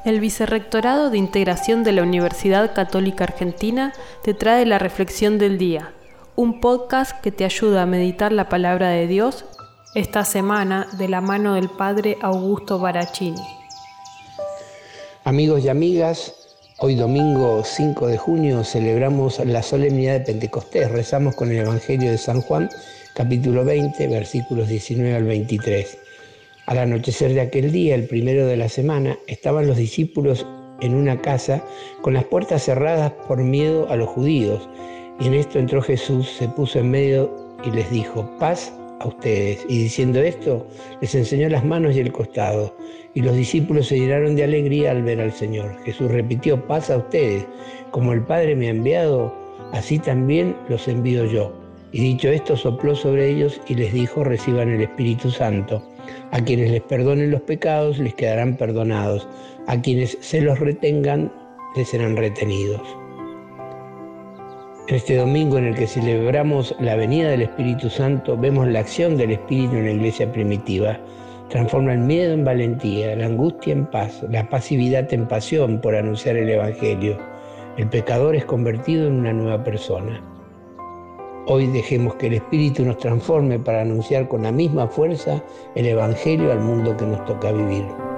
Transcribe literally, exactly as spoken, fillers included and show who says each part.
Speaker 1: El Vicerrectorado de Integración de la Universidad Católica Argentina te trae la Reflexión del Día, un podcast que te ayuda a meditar la palabra de Dios esta semana de la mano del Padre Augusto Barachini.
Speaker 2: Amigos y amigas, hoy domingo cinco de junio celebramos la solemnidad de Pentecostés. Rezamos con el Evangelio de San Juan, capítulo veinte, versículos diecinueve al veintitrés. Al anochecer de aquel día, el primero de la semana, estaban los discípulos en una casa con las puertas cerradas por miedo a los judíos. Y en esto entró Jesús, se puso en medio y les dijo: paz a ustedes. Y diciendo esto, les enseñó las manos y el costado. Y los discípulos se llenaron de alegría al ver al Señor. Jesús repitió: paz a ustedes. Como el Padre me ha enviado, así también los envío yo. Y dicho esto, sopló sobre ellos y les dijo: reciban el Espíritu Santo. A quienes les perdonen los pecados, les quedarán perdonados. A quienes se los retengan, les serán retenidos. En este domingo en el que celebramos la venida del Espíritu Santo, vemos la acción del Espíritu en la iglesia primitiva. Transforma el miedo en valentía, la angustia en paz, la pasividad en pasión por anunciar el Evangelio. El pecador es convertido en una nueva persona. Hoy dejemos que el Espíritu nos transforme para anunciar con la misma fuerza el Evangelio al mundo que nos toca vivir.